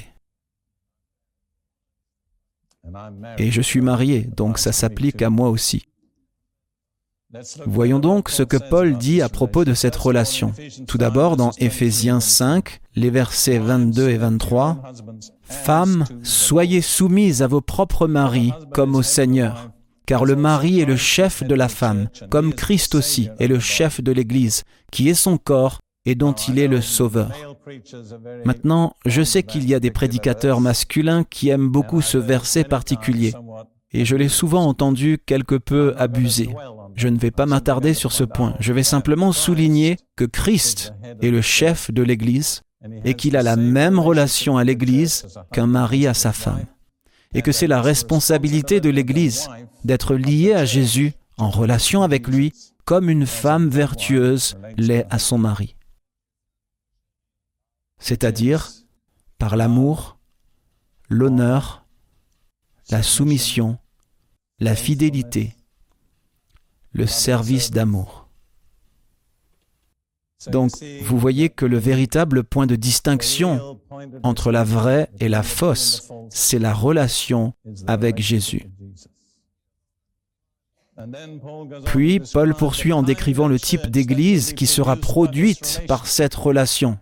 Et je suis marié, donc ça s'applique à moi aussi. Voyons donc ce que Paul dit à propos de cette relation. Tout d'abord, dans Éphésiens 5, les versets 22 et 23, « Femmes, soyez soumises à vos propres maris comme au Seigneur, car le mari est le chef de la femme, comme Christ aussi est le chef de l'Église, qui est son corps et dont il est le sauveur. » Maintenant, je sais qu'il y a des prédicateurs masculins qui aiment beaucoup ce verset particulier, et je l'ai souvent entendu quelque peu abusé. Je ne vais pas m'attarder sur ce point. Je vais simplement souligner que Christ est le chef de l'Église et qu'il a la même relation à l'Église qu'un mari à sa femme. Et que c'est la responsabilité de l'Église d'être liée à Jésus en relation avec lui comme une femme vertueuse l'est à son mari. C'est-à-dire par l'amour, l'honneur, la soumission, la fidélité, le service d'amour. Donc, vous voyez que le véritable point de distinction entre la vraie et la fausse, c'est la relation avec Jésus. Puis, Paul poursuit en décrivant le type d'église qui sera produite par cette relation.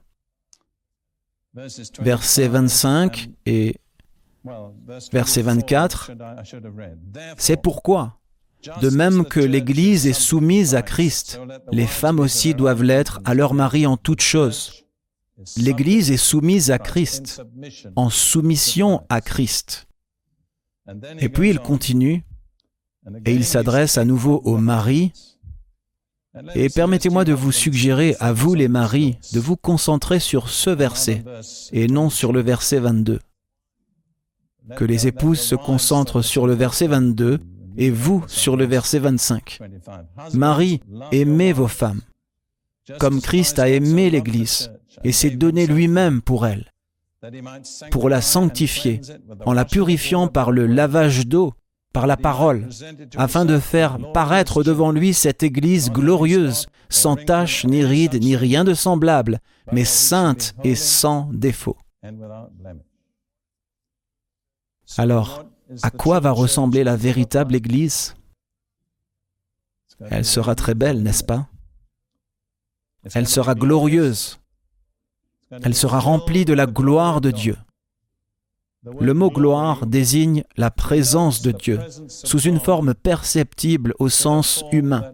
Versets 25 et verset 24, « C'est pourquoi, de même que l'Église est soumise à Christ, les femmes aussi doivent l'être à leur mari en toutes choses. L'Église est soumise à Christ, en soumission à Christ. » Et puis il continue, et il s'adresse à nouveau aux maris. Et permettez-moi de vous suggérer, à vous les maris, de vous concentrer sur ce verset, et non sur le verset 22. Que les épouses se concentrent sur le verset 22, et vous sur le verset 25. Maris, aimez vos femmes, comme Christ a aimé l'Église, et s'est donné lui-même pour elle, pour la sanctifier, en la purifiant par le lavage d'eau, par la parole, afin de faire paraître devant lui cette Église glorieuse, sans tache, ni ride, ni rien de semblable, mais sainte et sans défaut. Alors, à quoi va ressembler la véritable Église? Elle sera très belle, n'est-ce pas? Elle sera glorieuse. Elle sera remplie de la gloire de Dieu. Le mot « gloire » désigne la présence de Dieu, sous une forme perceptible au sens humain.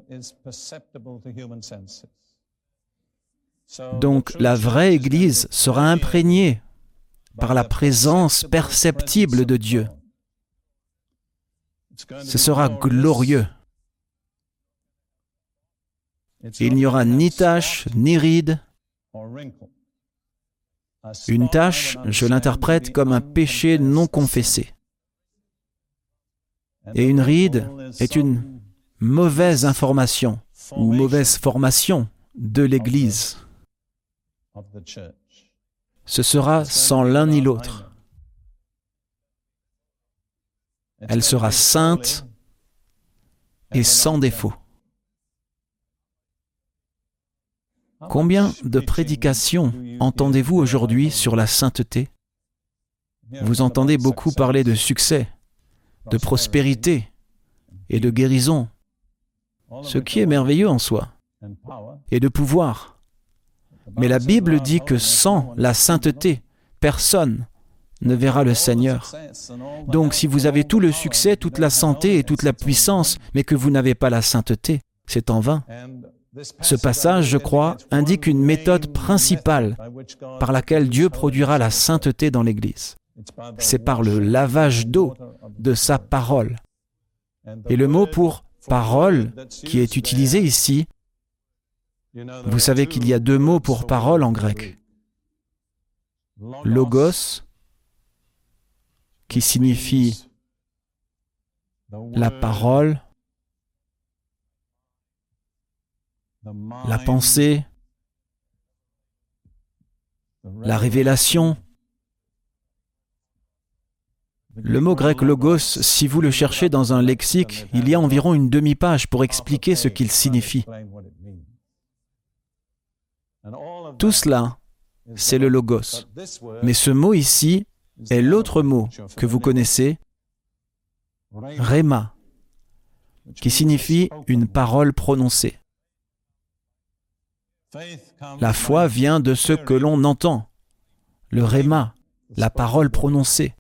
Donc, la vraie Église sera imprégnée par la présence perceptible de Dieu. Ce sera glorieux. Il n'y aura ni tache, ni ride. Une tache, je l'interprète comme un péché non confessé. Et une ride est une mauvaise information ou mauvaise formation de l'Église. Ce sera sans l'un ni l'autre. Elle sera sainte et sans défaut. Combien de prédications entendez-vous aujourd'hui sur la sainteté? Vous entendez beaucoup parler de succès, de prospérité et de guérison, ce qui est merveilleux en soi, et de pouvoir. Mais la Bible dit que sans la sainteté, personne ne verra le Seigneur. Donc si vous avez tout le succès, toute la santé et toute la puissance, mais que vous n'avez pas la sainteté, c'est en vain. Ce passage, je crois, indique une méthode principale par laquelle Dieu produira la sainteté dans l'Église. C'est par le lavage d'eau de sa parole. Et le mot pour « parole » qui est utilisé ici, vous savez qu'il y a deux mots pour « parole » en grec. Logos, qui signifie la parole, la pensée, la révélation, Le mot grec logos, si vous le cherchez dans un lexique, il y a environ une demi-page pour expliquer ce qu'il signifie. Tout cela, c'est le logos. Mais ce mot ici est l'autre mot que vous connaissez, rhéma, qui signifie une parole prononcée. La foi vient de ce que l'on entend, le rhéma, la parole prononcée.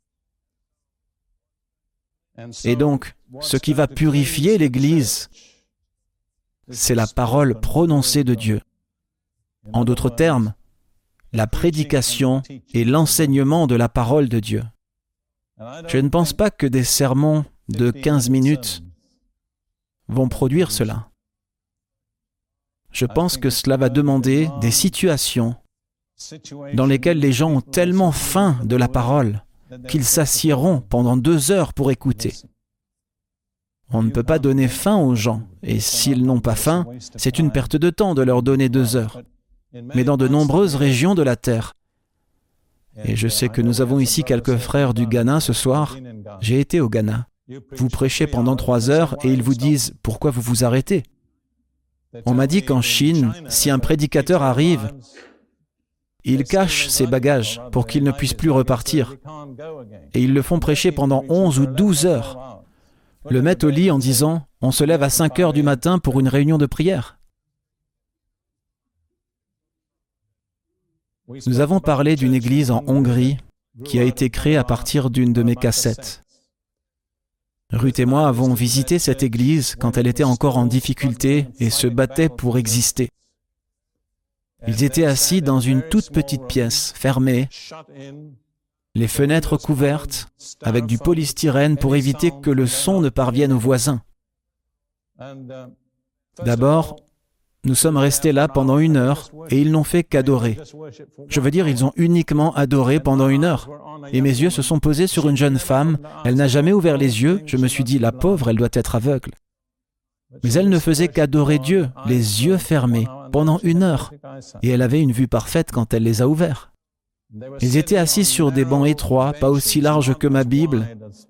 Et donc, ce qui va purifier l'Église, c'est la parole prononcée de Dieu. En d'autres termes, la prédication et l'enseignement de la parole de Dieu. Je ne pense pas que des sermons de 15 minutes vont produire cela. Je pense que cela va demander des situations dans lesquelles les gens ont tellement faim de la parole qu'ils s'assiéront pendant 2 heures pour écouter. On ne peut pas donner faim aux gens, et s'ils n'ont pas faim, c'est une perte de temps de leur donner 2 heures. Mais dans de nombreuses régions de la terre, et je sais que nous avons ici quelques frères du Ghana ce soir, j'ai été au Ghana. Vous prêchez pendant 3 heures et ils vous disent « Pourquoi vous vous arrêtez ?» On m'a dit qu'en Chine, si un prédicateur arrive, il cache ses bagages pour qu'il ne puisse plus repartir. Et ils le font prêcher pendant 11 ou 12 heures. Le mettent au lit en disant « On se lève à 5 heures du matin pour une réunion de prière. » Nous avons parlé d'une église en Hongrie qui a été créée à partir d'une de mes cassettes. Ruth et moi avons visité cette église quand elle était encore en difficulté et se battait pour exister. Ils étaient assis dans une toute petite pièce, fermée, les fenêtres couvertes, avec du polystyrène pour éviter que le son ne parvienne aux voisins. D'abord, nous sommes restés là pendant 1 heure et ils n'ont fait qu'adorer. Je veux dire, ils ont uniquement adoré pendant 1 heure. Et mes yeux se sont posés sur une jeune femme. Elle n'a jamais ouvert les yeux. Je me suis dit, la pauvre, elle doit être aveugle. Mais elle ne faisait qu'adorer Dieu, les yeux fermés, pendant 1 heure. Et elle avait une vue parfaite quand elle les a ouverts. Ils étaient assis sur des bancs étroits, pas aussi larges que ma Bible,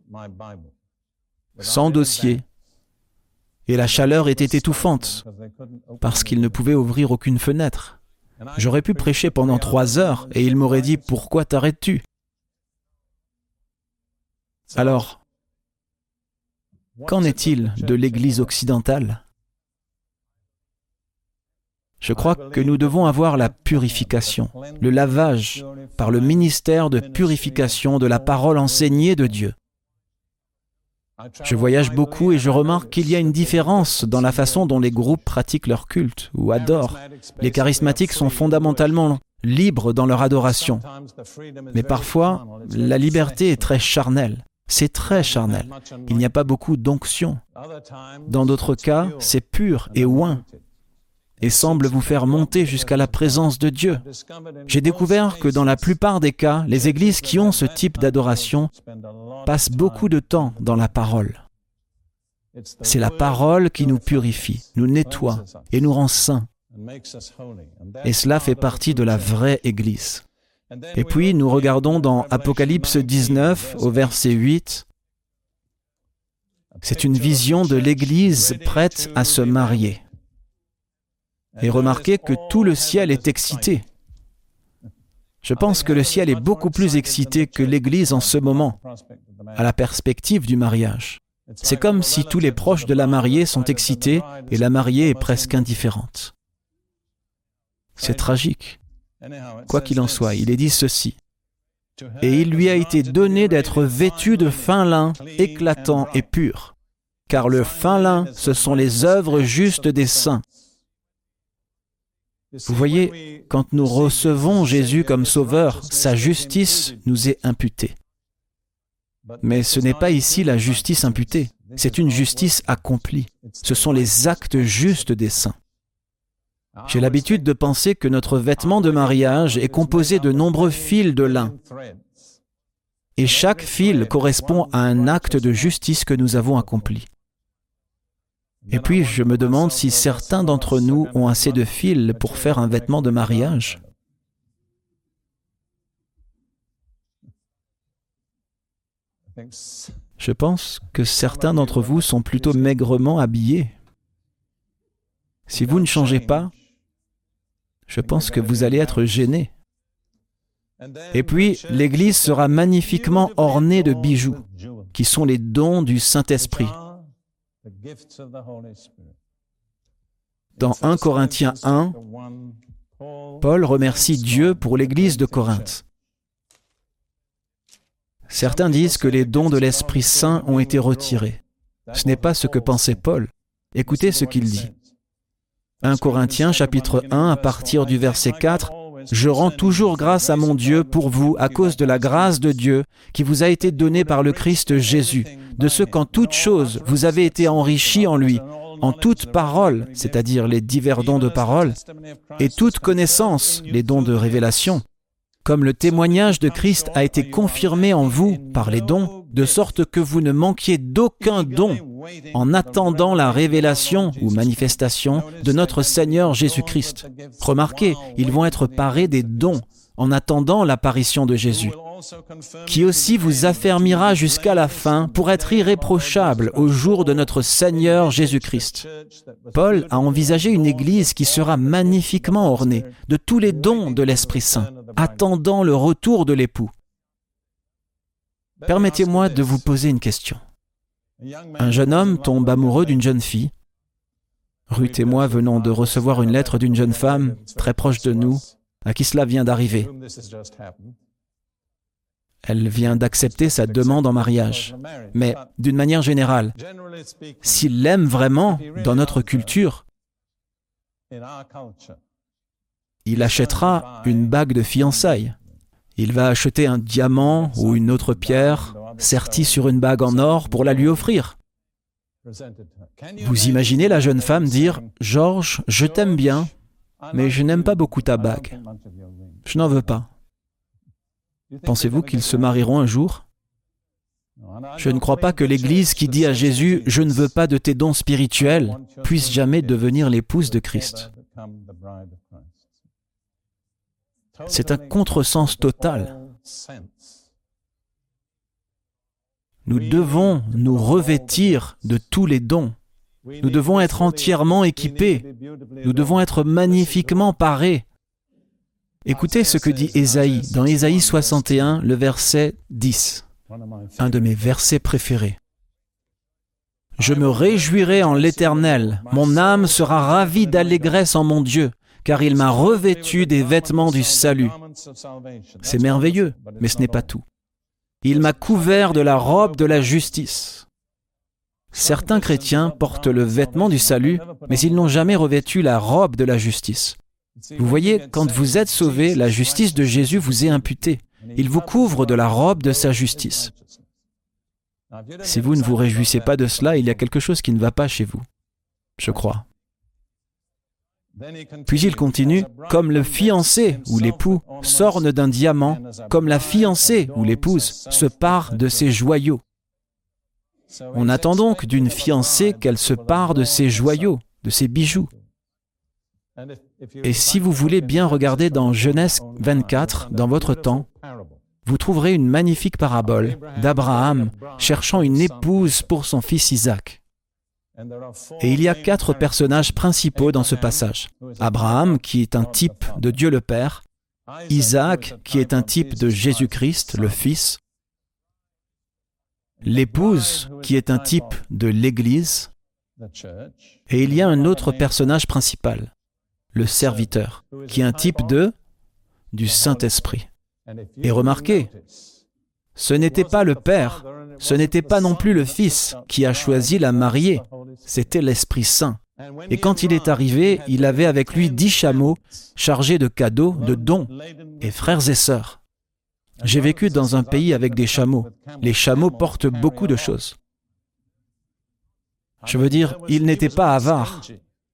sans dossier. Et la chaleur était étouffante, parce qu'ils ne pouvaient ouvrir aucune fenêtre. J'aurais pu prêcher pendant 3 heures, et ils m'auraient dit « Pourquoi t'arrêtes-tu » Alors, qu'en est-il de l'Église occidentale ? Je crois que nous devons avoir la purification, le lavage, par le ministère de purification de la parole enseignée de Dieu. Je voyage beaucoup et je remarque qu'il y a une différence dans la façon dont les groupes pratiquent leur culte ou adorent. Les charismatiques sont fondamentalement libres dans leur adoration. Mais parfois, la liberté est très charnelle. C'est très charnel. Il n'y a pas beaucoup d'onction. Dans d'autres cas, c'est pur et oint et semble vous faire monter jusqu'à la présence de Dieu. J'ai découvert que dans la plupart des cas, les églises qui ont ce type d'adoration passent beaucoup de temps dans la parole. C'est la parole qui nous purifie, nous nettoie et nous rend saints. Et cela fait partie de la vraie Église. Et puis, nous regardons dans Apocalypse 19, au verset 8. C'est une vision de l'Église prête à se marier. Et remarquez que tout le ciel est excité. Je pense que le ciel est beaucoup plus excité que l'Église en ce moment, à la perspective du mariage. C'est comme si tous les proches de la mariée sont excités et la mariée est presque indifférente. C'est tragique. Quoi qu'il en soit, il est dit ceci. « Et il lui a été donné d'être vêtu de fin lin, éclatant et pur, car le fin lin, ce sont les œuvres justes des saints. » Vous voyez, quand nous recevons Jésus comme Sauveur, sa justice nous est imputée. Mais ce n'est pas ici la justice imputée, c'est une justice accomplie. Ce sont les actes justes des saints. J'ai l'habitude de penser que notre vêtement de mariage est composé de nombreux fils de lin. Et chaque fil correspond à un acte de justice que nous avons accompli. Et puis, je me demande si certains d'entre nous ont assez de fils pour faire un vêtement de mariage. Je pense que certains d'entre vous sont plutôt maigrement habillés. Si vous ne changez pas, je pense que vous allez être gênés. Et puis, l'Église sera magnifiquement ornée de bijoux, qui sont les dons du Saint-Esprit. Dans 1 Corinthiens 1, Paul remercie Dieu pour l'Église de Corinthe. Certains disent que les dons de l'Esprit Saint ont été retirés. Ce n'est pas ce que pensait Paul. Écoutez ce qu'il dit. 1 Corinthiens chapitre 1, à partir du verset 4, « Je rends toujours grâce à mon Dieu pour vous à cause de la grâce de Dieu qui vous a été donnée par le Christ Jésus, de ce qu'en toutes choses vous avez été enrichis en lui, en toute parole, c'est-à-dire les divers dons de parole, et toute connaissance, les dons de révélation, comme le témoignage de Christ a été confirmé en vous par les dons, de sorte que vous ne manquiez d'aucun don en attendant la révélation ou manifestation de notre Seigneur Jésus-Christ. Remarquez, ils vont être parés des dons en attendant l'apparition de Jésus, qui aussi vous affermira jusqu'à la fin pour être irréprochable au jour de notre Seigneur Jésus-Christ. Paul a envisagé une Église qui sera magnifiquement ornée de tous les dons de l'Esprit Saint, attendant le retour de l'époux. Permettez-moi de vous poser une question. Un jeune homme tombe amoureux d'une jeune fille. Ruth et moi venons de recevoir une lettre d'une jeune femme très proche de nous, à qui cela vient d'arriver. Elle vient d'accepter sa demande en mariage. Mais d'une manière générale, s'il l'aime vraiment dans notre culture, il achètera une bague de fiançailles. Il va acheter un diamant ou une autre pierre sertie sur une bague en or pour la lui offrir. Vous imaginez la jeune femme dire « Georges, je t'aime bien, mais je n'aime pas beaucoup ta bague. Je n'en veux pas. » Pensez-vous qu'ils se marieront un jour? Je ne crois pas que l'Église qui dit à Jésus « Je ne veux pas de tes dons spirituels » puisse jamais devenir l'épouse de Christ. C'est un contresens total. Nous devons nous revêtir de tous les dons. Nous devons être entièrement équipés. Nous devons être magnifiquement parés. Écoutez ce que dit Ésaïe, dans Ésaïe 61, le verset 10, un de mes versets préférés. « Je me réjouirai en l'Éternel, mon âme sera ravie d'allégresse en mon Dieu, car il m'a revêtu des vêtements du salut. » C'est merveilleux, mais ce n'est pas tout. « Il m'a couvert de la robe de la justice. » Certains chrétiens portent le vêtement du salut, mais ils n'ont jamais revêtu la robe de la justice. Vous voyez, quand vous êtes sauvés, la justice de Jésus vous est imputée. Il vous couvre de la robe de sa justice. Si vous ne vous réjouissez pas de cela, il y a quelque chose qui ne va pas chez vous, je crois. Puis il continue, « Comme le fiancé ou l'époux s'orne d'un diamant, comme la fiancée ou l'épouse se pare de ses joyaux. » On attend donc d'une fiancée qu'elle se pare de ses joyaux, de ses bijoux. Et si vous voulez bien regarder dans Genèse 24, dans votre temps, vous trouverez une magnifique parabole d'Abraham cherchant une épouse pour son fils Isaac. Et il y a 4 personnages principaux dans ce passage. Abraham, qui est un type de Dieu le Père, Isaac, qui est un type de Jésus-Christ, le Fils, l'épouse, qui est un type de l'Église, et il y a un autre personnage principal, le serviteur, qui est un type du Saint-Esprit. Et remarquez, ce n'était pas le Père, ce n'était pas non plus le Fils qui a choisi la mariée, c'était l'Esprit Saint. Et quand il est arrivé, il avait avec lui 10 chameaux chargés de cadeaux, de dons. Et frères et sœurs, j'ai vécu dans un pays avec des chameaux. Les chameaux portent beaucoup de choses. Je veux dire, il n'était pas avare.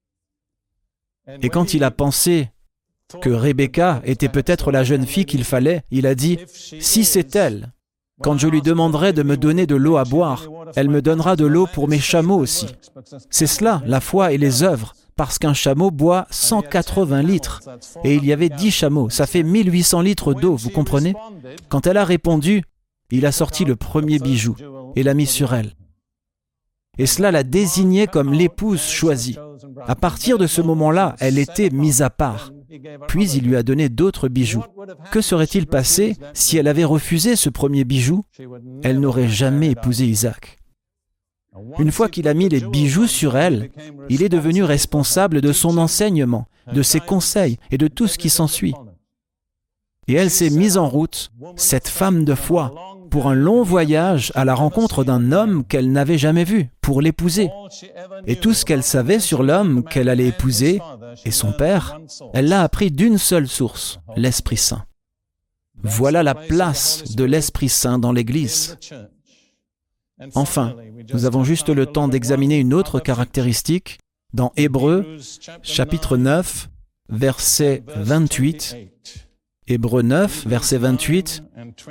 Et quand il a pensé que Rebecca était peut-être la jeune fille qu'il fallait, il a dit, « Si c'est elle, quand je lui demanderai de me donner de l'eau à boire, elle me donnera de l'eau pour mes chameaux aussi. » C'est cela, la foi et les œuvres, parce qu'un chameau boit 180 litres. Et il y avait 10 chameaux, ça fait 1800 litres d'eau, vous comprenez? Quand elle a répondu, il a sorti le premier bijou et l'a mis sur elle. Et cela l'a désignée comme l'épouse choisie. À partir de ce moment-là, elle était mise à part. Puis il lui a donné d'autres bijoux. Que serait-il passé si elle avait refusé ce premier bijou? Elle n'aurait jamais épousé Isaac. Une fois qu'il a mis les bijoux sur elle, il est devenu responsable de son enseignement, de ses conseils et de tout ce qui s'ensuit. Et elle s'est mise en route, cette femme de foi, pour un long voyage à la rencontre d'un homme qu'elle n'avait jamais vu, pour l'épouser. Et tout ce qu'elle savait sur l'homme qu'elle allait épouser et son père, elle l'a appris d'une seule source, l'Esprit Saint. Voilà la place de l'Esprit Saint dans l'Église. Enfin, nous avons juste le temps d'examiner une autre caractéristique dans Hébreux, chapitre 9, verset 28. Hébreux 9, verset 28.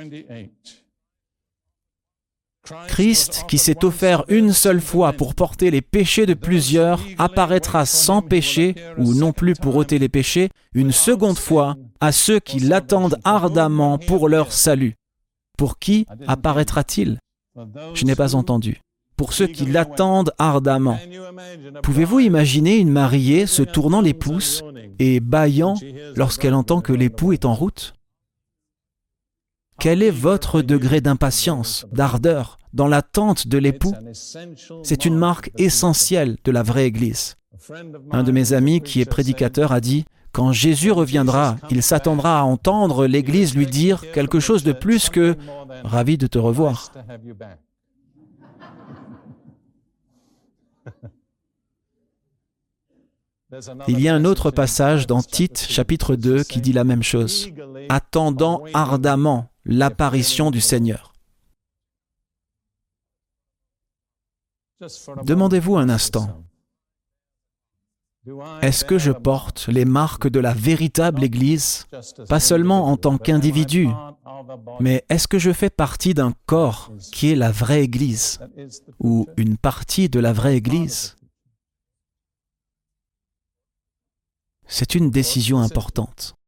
Christ, qui s'est offert une seule fois pour porter les péchés de plusieurs, apparaîtra sans péché, ou non plus pour ôter les péchés, une seconde fois à ceux qui l'attendent ardemment pour leur salut. Pour qui apparaîtra-t-il? Je n'ai pas entendu. Pour ceux qui l'attendent ardemment. Pouvez-vous imaginer une mariée se tournant les pouces et bâillant lorsqu'elle entend que l'époux est en route? Quel est votre degré d'impatience, d'ardeur, dans l'attente de l'époux? C'est une marque essentielle de la vraie Église. Un de mes amis qui est prédicateur a dit « Quand Jésus reviendra, il s'attendra à entendre l'Église lui dire quelque chose de plus que « Ravi de te revoir ». Il y a un autre passage dans Tite, chapitre 2, qui dit la même chose. « Attendant ardemment l'apparition du Seigneur ». Demandez-vous un instant, est-ce que je porte les marques de la véritable Église, pas seulement en tant qu'individu, mais est-ce que je fais partie d'un corps qui est la vraie Église, ou une partie de la vraie Église? C'est une décision importante.